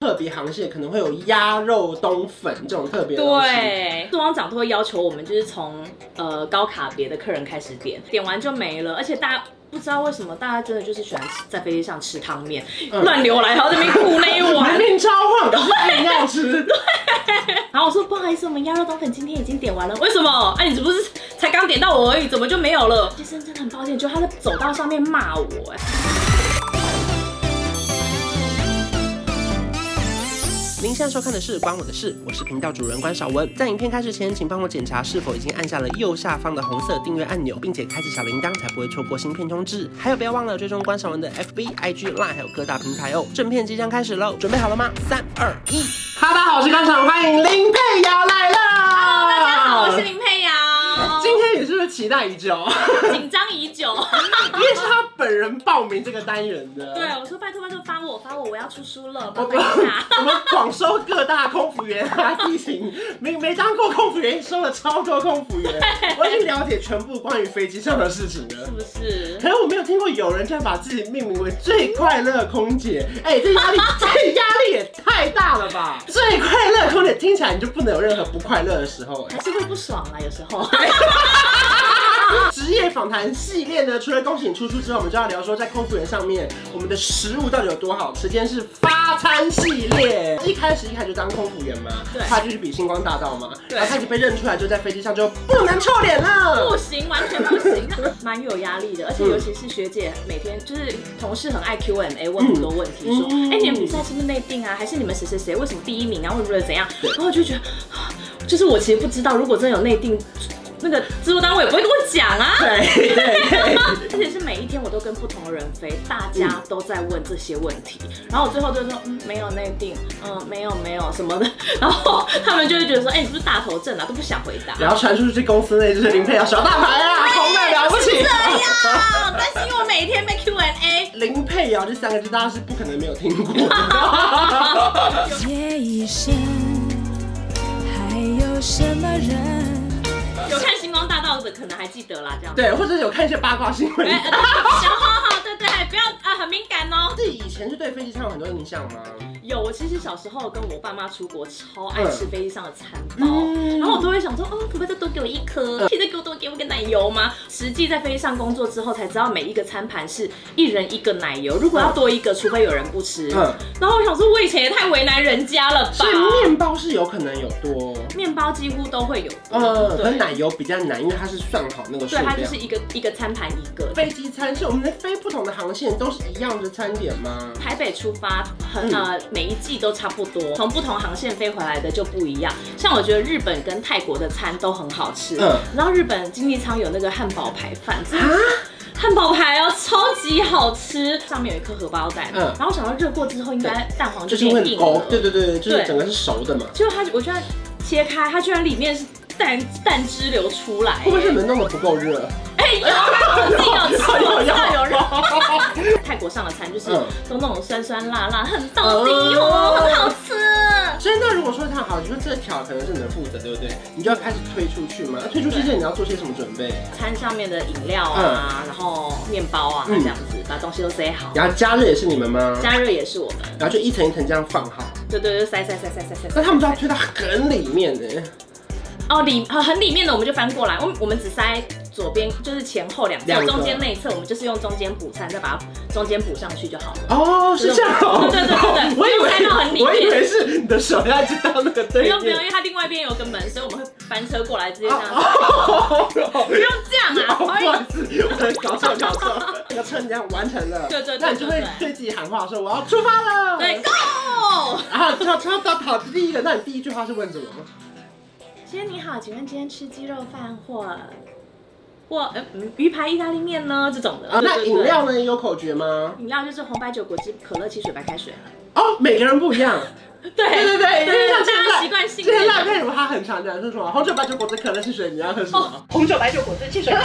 特别航线，可能会有鸭肉冬粉这种特别的东西。 对，组长都会要求我们就是从高卡别的客人开始点，点完就没了，而且大家。不知道为什么大家真的就是喜欢在飞机上吃汤面，乱流来，然后在那边顾那一碗， 明明超晃，硬要吃。 对。然后我说不好意思，我们鸭肉冬粉今天已经点完了。为什么？哎，你是不是才刚点到我而已，怎么就没有了？先生真的很抱歉，就他在走道上面骂我。 您现在收看的是关我的事，我是频道主人关少文。在影片开始前，请帮我检查是否已经按下了右下方的红色订阅按钮，并且开启小铃铛，才不会错过新片通知。还有，不要忘了追踪关少文的 FB、IG、Line， 还有各大平台哦。正片即将开始喽，准备好了吗？3、2、1，大家好，我是关少文，欢迎林佩瑶来了。 Hello， 大家好，我是林佩瑶。 今天你是不是期待已久？ 紧张已久， 因为是他本人报名这个单元的。 对，我说拜托发我，我要出书了，麻烦一下。 我们广收各大空服员啊，地勤没当过空服员，收了超多空服员，我已经了解全部关于飞机上的事情了， 是不是？ 可是我没有听过有人这样把自己命名为最快乐空姐，这压力也太大了吧！最快乐空姐听起来你就不能有任何不快乐的时候， 还是会不爽啦，有时候。 职业访谈系列呢，除了恭喜你出书之后，我们就要聊说在空服员上面，我们的食物到底有多好吃。今天是发餐系列，一开始就当空服员嘛， 对， 他就是比星光大道嘛，然后开始被认出来，就在飞机上就不能臭脸了， 不行，完全不行，蛮有压力的。而且尤其是学姐每天就是同事很爱 Q&A 问很多问题，说，你们比赛是不是内定啊？还是你们谁为什么第1名啊？或者怎样？然后我就觉得，就是我其实不知道，如果真的有内定。那个制作单位也不会跟我讲啊， 对， 而且是每一天我都跟不同的人飞，大家都在问这些问题，然后我最后就说，没有内定，没有什么的，然后他们就会觉得说，你是不是大头症啊，都不想回答， 然后传出去公司内就是林佩瑶小大牌啊，红的了不起， 这样，但是因为我每天被 Q&A， 林佩瑶这3个字大家是不可能没有听过的。 这一生还有什么人？ 有看星光大道的可能还记得啦，这样对，或者有看一些八卦新闻。 好，对，不要很敏感哦。 自己以前是对飞机上有很多印象吗？ 有，我其实小时候跟我爸妈出国，超爱吃飞机上的餐包，然后我都会想说，可不可以再多给我1颗？可以再给我个奶油吗？实际在飞机上工作之后才知道，每一个餐盘是1人1个奶油，如果要多1个，除非有人不吃。然后我想说，我以前也太为难人家了吧？ 所以面包是有可能有多， 面包几乎都会有。 可是奶油比较难，因为它是算好那个数量。 对，它就是一个餐盘1个。 飞机餐是我们在飞不同的航线都是一样的餐点吗？ 台北出发，每一季都差不多，从不同航线飞回来的就不一样。像我觉得日本跟泰国的餐都很好吃，然后日本经济舱有那个汉堡排饭汉堡排超级好吃，上面有一颗荷包蛋，然后想到热过之后应该蛋黄就变硬了， 对，就是整个是熟的嘛。 结果我居然切开，它居然里面是蛋汁流出来， 会不会是你们弄得不够热？ 有，我自己有吃，我知道有热。泰国上的餐就是都那种酸酸辣辣，很到底很好吃。 所以那如果说它好，你说这条可能是你的负责，对不对？你就要开始推出去嘛。推出去之前你要做些什么准备？ 餐上面的饮料啊，然后面包啊，这样子把东西都塞好。 然后加热也是你们吗？ 加热也是我们。 然后就一层一层这样放好。 对，塞。 那他们就要推到很里面呢。 很里面的我们就翻过来，我们只塞左边，就是前后2侧，中间那一侧我们就是用中间补餐，再把它中间补上去就好了。 是这样。 对， 我以为塞到很里面， 我以为是你的手要知道那个对面。 不用，因为它另外一边有个门，所以我们会翻车过来直接这样。不用这样啊， 不好意思，我搞错。那个车你这样完成了， 对， 那你就会对自己喊话说我要出发了。 对 ，Go！ 然后车到跑第一个，那你第一句话是问什么？ 先生你好，请问今天吃鸡肉饭或鱼排意大利面呢？这种的。 那饮料呢？有口诀吗？ 饮料就是红白酒、果汁、可乐、汽水、白开水。 每个人不一样。对，因为像大家习惯性。 之前赖佩如他很常讲是什么？红酒、白酒、果汁、可乐、汽水，你要喝什么？红酒、白酒、果汁、汽水。对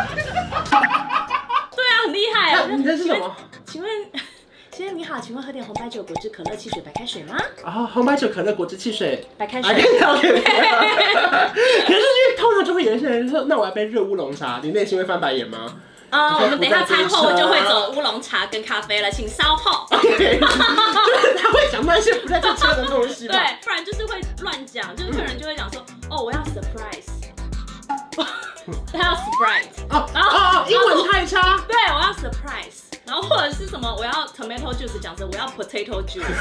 啊，很厉害啊！ 你这是什么？ 请问。先生你好，请问喝点红白酒、果汁、可乐、汽水、白开水吗？ 红白酒、可乐、果汁、汽水、 白开水。 可是因为通常就会有一些人说，那我要杯热乌龙茶，你内心会翻白眼吗？ 我们等一下餐后就会走乌龙茶跟咖啡了，请稍后。 就是他会讲那些不在这车的东西吧？ 对，不然就是会乱讲，就是客人就会讲说，我要 surprise， 他要 surprise， 英文太差。 对，我要 surprise， 然后或者是什么，我要 tomato juice， 讲成我要 potato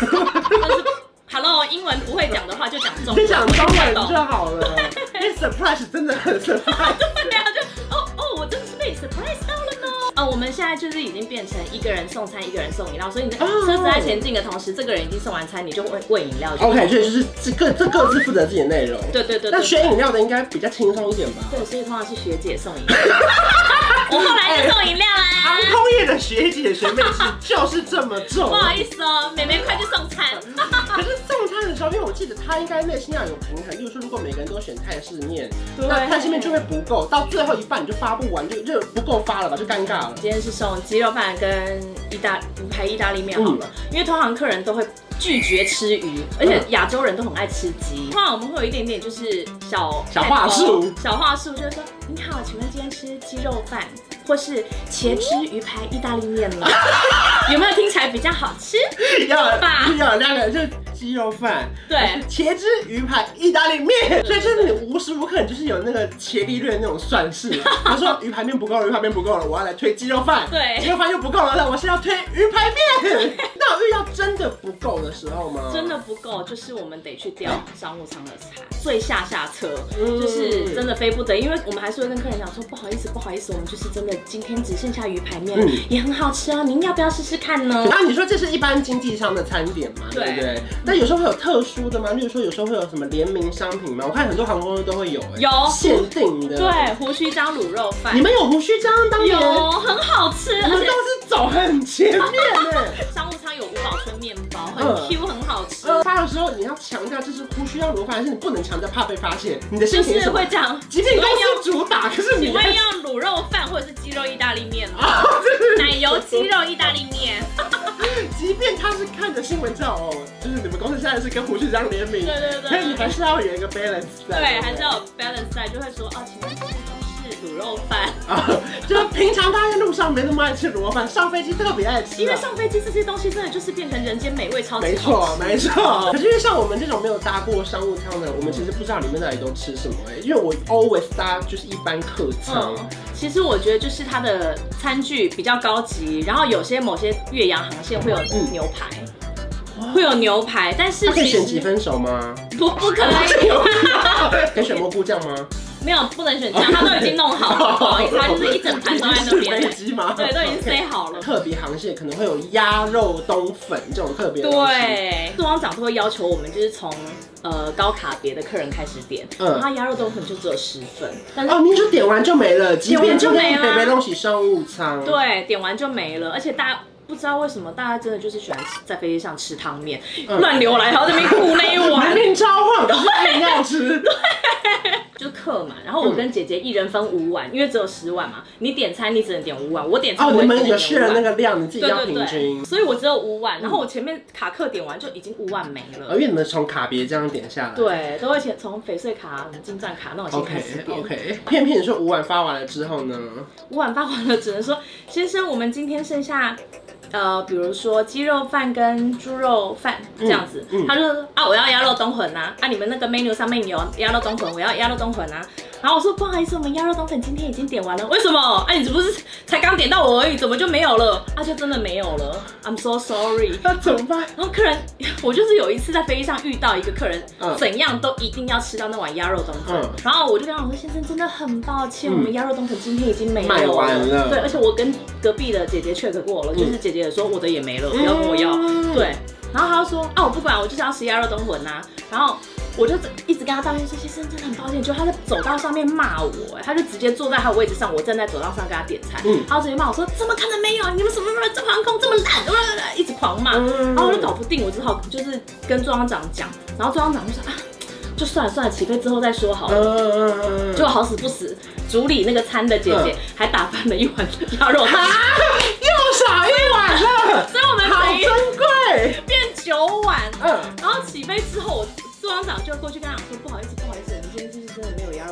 juice。Hello， 英文不会讲的话就讲中文， 就讲中文就好了。因为 surprise 真的很 surprise。 对啊，就我真的是被 surprise 到了呢。我们现在就是已经变成一个人送餐，一个人送饮料，所以你的车子在前进的同时，这个人已经送完餐，你就会喂饮料。 OK， 所以就是各自负责自己的内容。 对。 那选饮料的应该比较轻松一点吧？ 对，所以通常是学姐送饮料。我后来就送饮料啦。 航空业的学姐学妹制就是这么重。 不好意思哦，妹妹快去送餐。 可是送餐的时候，因为我记得他应该内心要有平衡，例如说，如果每个人都选泰式面，那泰式面就会不够，到最后一半你就发不完，就不够发了吧，就尴尬了。 今天是送鸡肉饭跟无排意大利面好了，因为通常客人都会拒绝吃鱼，而且亚洲人都很爱吃鸡。通常我们会有一点点就是小话术，就是说你好，请问今天吃鸡肉饭或是茄汁鱼排意大利面了，有没有听起来比较好吃？ 要2个就是鸡肉饭， 对， 茄汁鱼排意大利面，所以就是你无时无刻你就是有那个伽利略那种算式。他说鱼排面不够了，我要来推鸡肉饭， 对， 鸡肉饭又不够了，那我是要推鱼排面。那有遇到真的不够的时候吗？ 真的不够，就是我们得去调商务舱的餐，最下车，就是真的非不得，因为我们还是会跟客人讲说，不好意思，我们就是真的今天只剩下鱼排面了，也很好吃哦，您要不要试试看呢？ 你说这是一般经济舱的餐点嘛，对不对？那有时候会有特殊的吗？例如说有时候会有什么联名商品吗？我看很多航空公司都会有， 有限定的， 对，胡须章卤肉饭， 你们有胡须章？当年有，很好吃， 你们都是走很前面的。 商务舱有五宝村面包，很 Q， 很好吃。 发的时候你要强调这是胡须章卤肉饭，还是你不能强调，怕被发现？你的心情就是会讲， 即便公司主打，可是你会要卤肉饭或者是鸡肉意大利面奶油鸡肉意大利面。 即便他是看着新闻照就是你们公司现在是跟胡须章联名， 对， 可是你还是要有一个 balance 在， 对，还是要有 balance 在，就会说请问是卤肉饭就是平常大家在路上没那么爱吃卤肉饭，上飞机特别爱吃， 因为上飞机这些东西真的就是变成人间美味，超级好吃。 没错。可是因为像我们这种没有搭过商务舱的，我们其实不知道里面到底都吃什么因为我 always 搭就是一般客舱。 其实我觉得就是它的餐具比较高级，然后某些越洋航线会有牛排。会有牛排，但是可以选几分熟吗？ 不可以。 可以选蘑菇酱吗？ 没有，不能选酱，它都已经弄好了，不好意思，它就是一整盘都在那边。 飞机吗？ 对，都已经塞好了。 特别航线可能会有鸭肉冬粉这种特别的东西。 对，座舱长都会要求我们就是从高卡别的客人开始点，然后鸭肉冬粉就只有10份。但是你说点完就没了， 点完就没了。 北北东西商务舱。 对，点完就没了，而且大家。不知道为什么大家真的就是喜欢在飞机上吃汤面，乱流来，然后这边顾那一碗， 明明超晃，可是硬要吃。 对，就客嘛。然后我跟姐姐一人分5碗，因为只有10碗嘛。你点餐你只能点5碗，我点餐你们有share那个量，你自己要平均。 对，所以我只有5碗，然后我前面卡客点完就已经5碗没了。 因为你们从卡别这样点下来。 对，都会从翡翠卡、金钻卡那种先开始点。 OK。偏偏你说5碗发完了之后呢 ？5碗发完了，只能说先生，我们今天剩下。比如说鸡肉饭跟猪肉饭这样子，他就说我要鸭肉冬粉你们那个 menu 上面有鸭肉冬粉，我要鸭肉冬粉然后我说不好意思，我们鸭肉冬粉今天已经点完了，为什么？你不是才刚点到我而已，怎么就没有了？就真的没有了 ，I'm so sorry。 那怎么办？ 然后客人，我就是有一次在飞机上遇到一个客人，怎样都一定要吃到那碗鸭肉冬粉，然后我就跟他说，先生真的很抱歉，我们鸭肉冬粉今天已经没有了， 卖完了。 对，而且我跟隔壁的姐姐 check 过了，就是姐姐也说我的也没了，不要跟我要。对，然后他就说我不管，我就是要吃鸭肉冬粉然后我就一直跟他道歉说，先生真的很抱歉，就他在走道上面骂我，他就直接坐在他的位置上，我站在走道上跟他点餐，他直接骂我说怎么可能没有？你们什么这航空这么烂，一直狂骂，然后我就搞不定，我只好就是跟座舱长讲，然后座舱长就说就算了，起飞之后再说好了。就好死不死，主理那个餐的姐姐还打翻了一碗鸭肉汤， 又少一碗了， 所以我们好珍贵， 变9碗。然后起飞之后，座舱长就过去跟他讲说，不好意思，我们今天就是真的没有鸭肉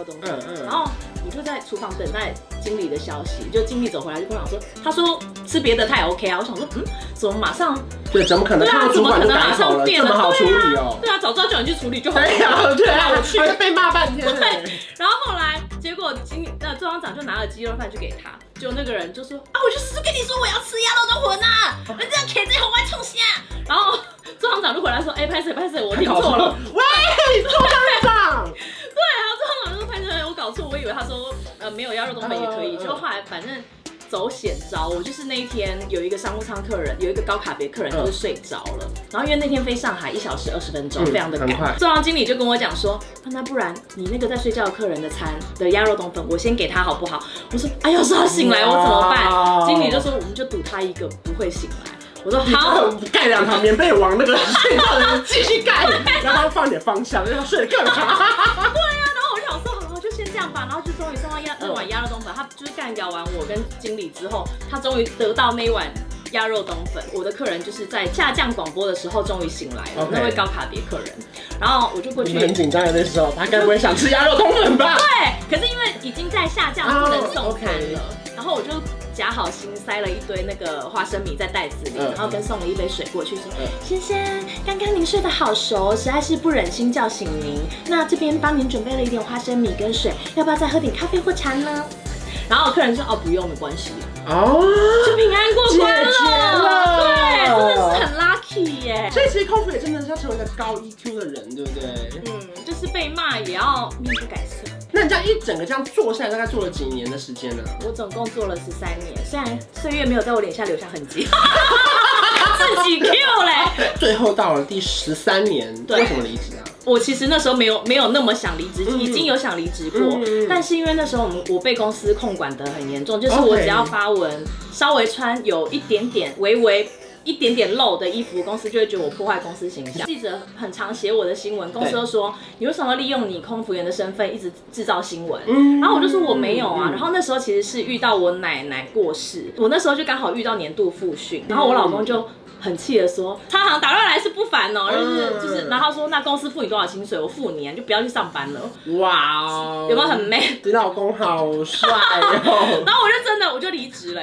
肉冬粉，然后我就在厨房等待经理的消息，就经理走回来就跟我讲说，他说吃别的他也 OK 啊，我想说怎么马上对，怎么可能？ 对啊，怎么可能马上变了？ 这么好处理哦？ 对啊，早知道叫你去处理就好了。 对啊，我去被骂半天。 对，然后后来结果周行长就拿了鸡肉饭去给他，就那个人就说啊，我就是跟你说我要吃鸭肉冬粉啊，人家给这红外冲虾。然后周行长就回来说，拍谁，我听错了。 喂，周行长。 对啊，周行长就说拍谁，我搞错，我以为他说没有鸭肉冬粉也可以，就后来反正。走险招，我就是那一天有一个商务舱客人，有一个高卡别客人就是睡着了，然后因为那天飞上海1小时20分钟，非常的赶，周行经理就跟我讲说，那不然你那个在睡觉的客人的餐的鸭肉冬粉，我先给他好不好？我说，哎，要是他醒来我怎么办？经理就说，我们就赌他一个不会醒来。我说好， 盖2条棉被往那个睡觉的人继续盖，然后放点方向，让他睡得更好。 对啊，然后我就想说，好，就先这样吧，然后就终于送到那碗鸭肉冬粉，他就是干掉完我跟经理之后，他终于得到那一碗鸭肉冬粉。我的客人就是在下降广播的时候终于醒来了，那位高卡别客人，然后我就过去， 很紧张的那时候，他该不会想吃鸭肉冬粉吧？ 对，可是因为已经在下降，不能送餐了，然后我就夹好心，塞了一堆那个花生米在袋子里，然后跟送了一杯水过去，说：“先生，刚刚您睡得好熟，实在是不忍心叫醒您。那这边帮您准备了一点花生米跟水，要不要再喝点咖啡或茶呢？”然后客人说：“哦，不用，没关系。”就平安过关了。对，真的是很 lucky 耶。 所以其实空服也真的是要成为一个高 EQ 的人，对不对？ 就是被骂也要面不改色。 那你这样一整个这样做下来，大概做了几年的时间呢？ 我总共做了13年，虽然岁月没有在我脸下留下痕迹，自己 Q 嘞。 最后到了第13年，为什么离职啊？ 我其实那时候没有那么想离职，已经有想离职过，但是因为那时候我被公司控管得很严重，就是我只要发文稍微穿有一点点一点点漏的衣服，公司就会觉得我破坏公司形象。记者很常写我的新闻，公司都说你为什么利用你空服员的身份一直制造新闻？然后我就说我没有啊。然后那时候其实是遇到我奶奶过世，我那时候就刚好遇到年度复训，然后我老公就很气的说，他好像打乱来是不烦哦，就是，然后他说那公司付你多少薪水，我付你啊，你就不要去上班了。哇哦，有没有很 man？ 你老公好帅哦。 然后我就离职了。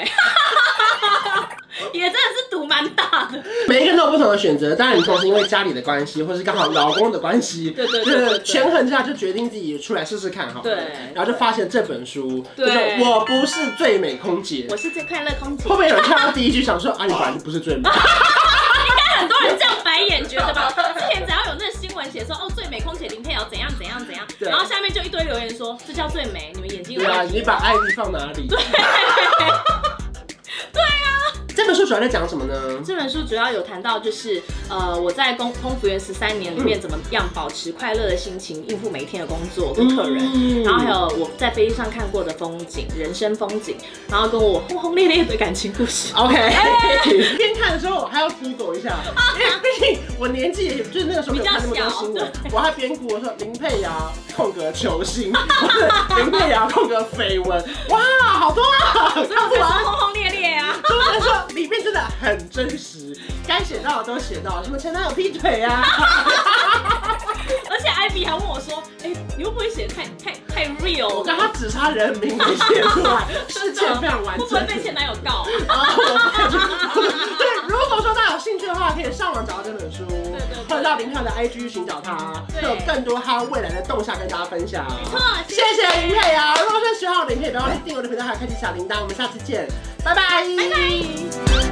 也真的是赌蛮大的， 每一个人都有不同的选择。当然，你可能是因为家里的关系，或是刚好老公的关系，对，权衡之下就决定自己出来试试看，好。对。然后就发现这本书，就是我不是最美空姐， 我是最快乐空姐。 会不会有人看到第一句想说啊，你本来就不是最美？应该很多人这样白眼，觉得吧？之前只要有那个新闻写说最美空姐林佩瑶怎样，然后下面就一堆留言说这叫最美，你们眼睛有问题。 对啊，你把爱意放哪里？ 对。 这本书主要在讲什么呢？ 这本书主要有谈到就是我在空服员13年里面怎么样保持快乐的心情，应付每一天的工作跟客人，然后还有我在飞机上看过的风景，人生风景，然后跟我轰轰烈烈的感情故事。 OK， 边看的时候我还要 Google 一下，因为毕竟我年纪也就是那个时候没有看那么多新闻，我还边 Google 说林佩瑶空格球星，林佩瑶空格绯闻，哇，好多啊， 看不完，轰轰烈烈啊。 所以说里面真的很真实，该写到的都写到，什么前男友劈腿啊。 而且艾比还问我说：“你会不会写太 real？” 我刚刚只差人名没写出来，事件非常完整。 会不会被前男友告？ 对，如果说大家有兴趣的话，可以上网找到这本书，或者到林佩瑶的 IG 寻找他，会有更多他未来的动向跟大家分享。 没错， 谢谢林佩瑶。如果说喜欢我的影片，不要忘记订阅我的频道，还有开启小铃铛。我们下次见，拜拜。 拜拜。